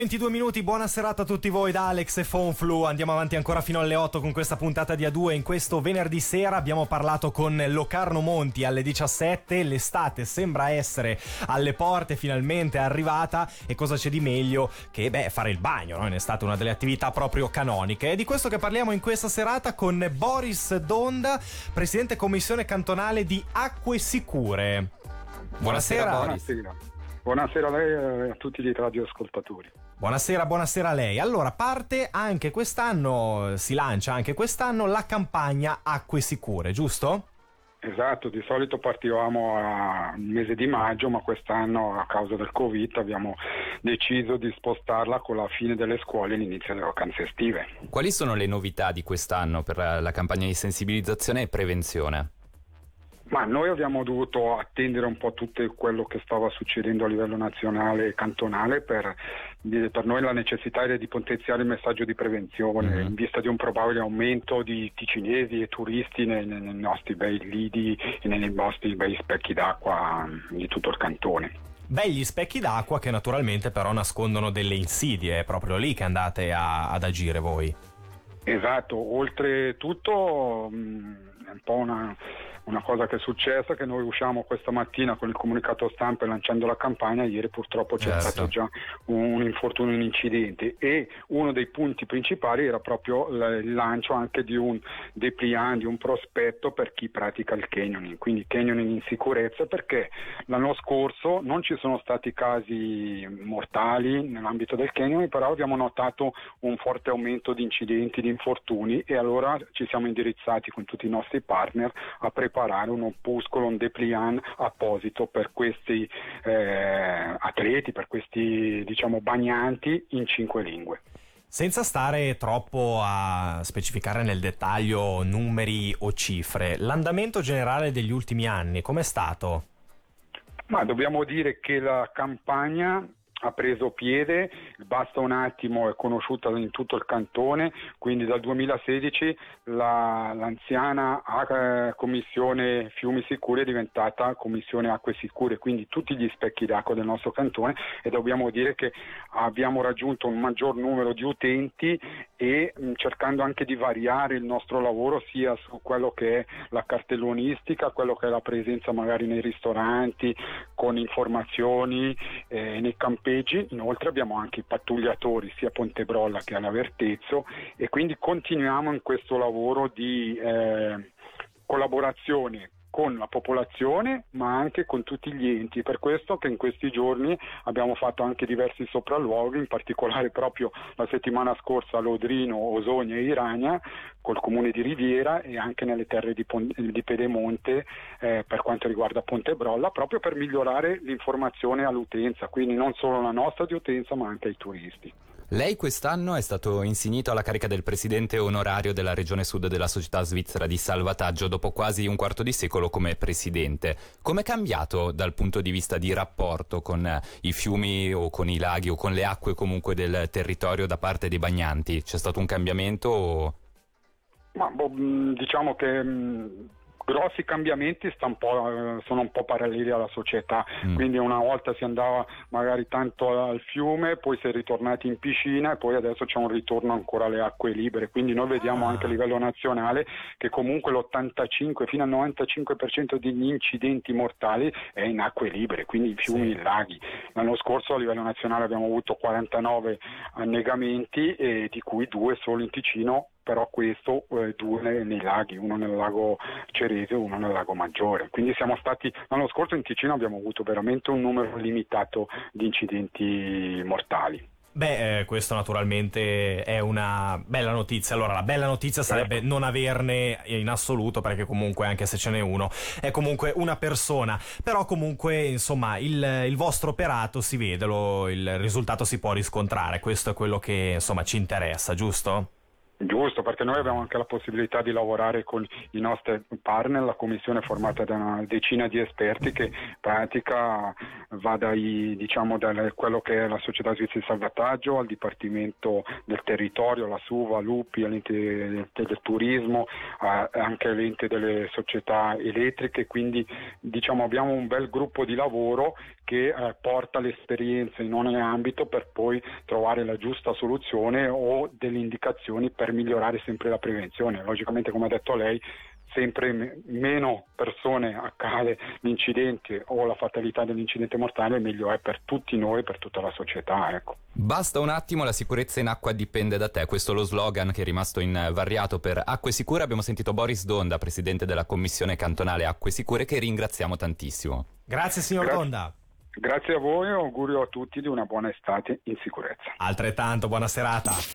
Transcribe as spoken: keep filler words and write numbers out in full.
ventidue minuti, buona serata a tutti voi da Alex e Fonflu. Andiamo avanti ancora fino alle otto con questa puntata di A due. In questo venerdì sera abbiamo parlato con Locarno Monti alle diciassette. L'estate sembra essere alle porte, finalmente è arrivata, e cosa c'è di meglio che beh fare il bagno, no? In estate una delle attività proprio canoniche. È di questo che parliamo in questa serata con Boris Donda, presidente commissione cantonale di Acque Sicure. Buonasera, buonasera Boris. Buonasera a lei e a tutti i radioascoltatori. Buonasera, buonasera a lei. Allora, parte anche quest'anno, si lancia anche quest'anno la campagna Acque Sicure, giusto? Esatto, di solito partivamo al mese di maggio, ma quest'anno a causa del Covid abbiamo deciso di spostarla con la fine delle scuole e l'inizio delle vacanze estive. Quali sono le novità di quest'anno per la campagna di sensibilizzazione e prevenzione? Ma noi abbiamo dovuto attendere un po' tutto quello che stava succedendo a livello nazionale e cantonale per, per noi la necessità era di potenziare il messaggio di prevenzione mm-hmm. in vista di un probabile aumento di ticinesi e turisti nei, nei nostri bei lidi e nei nostri bei specchi d'acqua di tutto il cantone. Begli specchi d'acqua che naturalmente però nascondono delle insidie, è proprio lì che andate a, ad agire voi. Esatto, oltretutto mh, è un po' una... Una cosa che è successa è che noi usciamo questa mattina con il comunicato stampa e lanciando la campagna. Ieri purtroppo c'è certo. stato già un infortunio, un incidente, e uno dei punti principali era proprio il lancio anche di un dépliant, di un prospetto per chi pratica il canyoning, quindi canyoning in sicurezza, perché l'anno scorso non ci sono stati casi mortali nell'ambito del canyoning, però abbiamo notato un forte aumento di incidenti, di infortuni, e allora ci siamo indirizzati con tutti i nostri partner a preparare un opuscolo, un dépliant apposito per questi eh, atleti, per questi diciamo bagnanti in cinque lingue. Senza stare troppo a specificare nel dettaglio numeri o cifre, l'andamento generale degli ultimi anni com'è stato? Ma dobbiamo dire che la campagna ha preso piede, basta un attimo, è conosciuta in tutto il cantone, quindi dal duemilasedici la, l'anziana eh, commissione Fiumi Sicuri è diventata commissione Acque Sicure, quindi tutti gli specchi d'acqua del nostro cantone, e dobbiamo dire che abbiamo raggiunto un maggior numero di utenti e mh, cercando anche di variare il nostro lavoro sia su quello che è la cartellonistica, quello che è la presenza magari nei ristoranti con informazioni eh, nei campeggi. Inoltre abbiamo anche i pattugliatori sia a Pontebrolla che all'Avertezzo, e quindi continuiamo in questo lavoro di eh, collaborazione con la popolazione ma anche con tutti gli enti. Per questo che in questi giorni abbiamo fatto anche diversi sopralluoghi, in particolare proprio la settimana scorsa a Lodrino, Osogna e Irania col comune di Riviera, e anche nelle terre di, Pon- di Pedemonte eh, per quanto riguarda Pontebrolla, proprio per migliorare l'informazione all'utenza, quindi non solo la nostra di utenza ma anche ai turisti. Lei quest'anno è stato insignito alla carica del presidente onorario della regione sud della società svizzera di salvataggio dopo quasi un quarto di secolo come presidente. Com'è cambiato dal punto di vista di rapporto con i fiumi o con i laghi o con le acque comunque del territorio da parte dei bagnanti? C'è stato un cambiamento? O... Ma boh, diciamo che mh, grossi cambiamenti sta un po', sono un po' paralleli alla società, mm. quindi una volta si andava magari tanto al fiume, poi si è ritornati in piscina e poi adesso c'è un ritorno ancora alle acque libere, quindi noi vediamo ah. anche a livello nazionale che comunque l'ottantacinque fino al novantacinque per cento degli incidenti mortali è in acque libere, quindi in fiumi e sì. laghi. L'anno scorso a livello nazionale abbiamo avuto quarantanove annegamenti, e di cui due solo in Ticino, però questo eh, due nei, nei laghi, uno nel lago Cerese e uno nel lago Maggiore. Quindi siamo stati, l'anno scorso in Ticino abbiamo avuto veramente un numero limitato di incidenti mortali. Beh, eh, questo naturalmente è una bella notizia. Allora, la bella notizia sarebbe certo. non averne in assoluto, perché comunque anche se ce n'è uno è comunque una persona, però comunque insomma il, il vostro operato si vede, lo, il risultato si può riscontrare, questo è quello che insomma ci interessa, giusto? Giusto, perché noi abbiamo anche la possibilità di lavorare con i nostri partner, la commissione è formata da una decina di esperti che in pratica va dai, diciamo, da quello che è la società svizzera di salvataggio al dipartimento del territorio, la SUVA, l'UPI, all'ente del, del turismo, eh, anche all'ente delle società elettriche, quindi diciamo abbiamo un bel gruppo di lavoro che eh, porta l'esperienza in ogni ambito per poi trovare la giusta soluzione o delle indicazioni per migliorare sempre la prevenzione. Logicamente, come ha detto lei, sempre me- meno persone accade l'incidente o la fatalità dell'incidente mortale, meglio è per tutti noi, per tutta la società, ecco. Basta un attimo, la sicurezza in acqua dipende da te. Questo è lo slogan che è rimasto invariato per Acque Sicure. Abbiamo sentito Boris Donda, presidente della commissione cantonale Acque Sicure, che ringraziamo tantissimo. Grazie signor Grazie. Donda. Grazie a voi e augurio a tutti di una buona estate in sicurezza. Altrettanto, buona serata.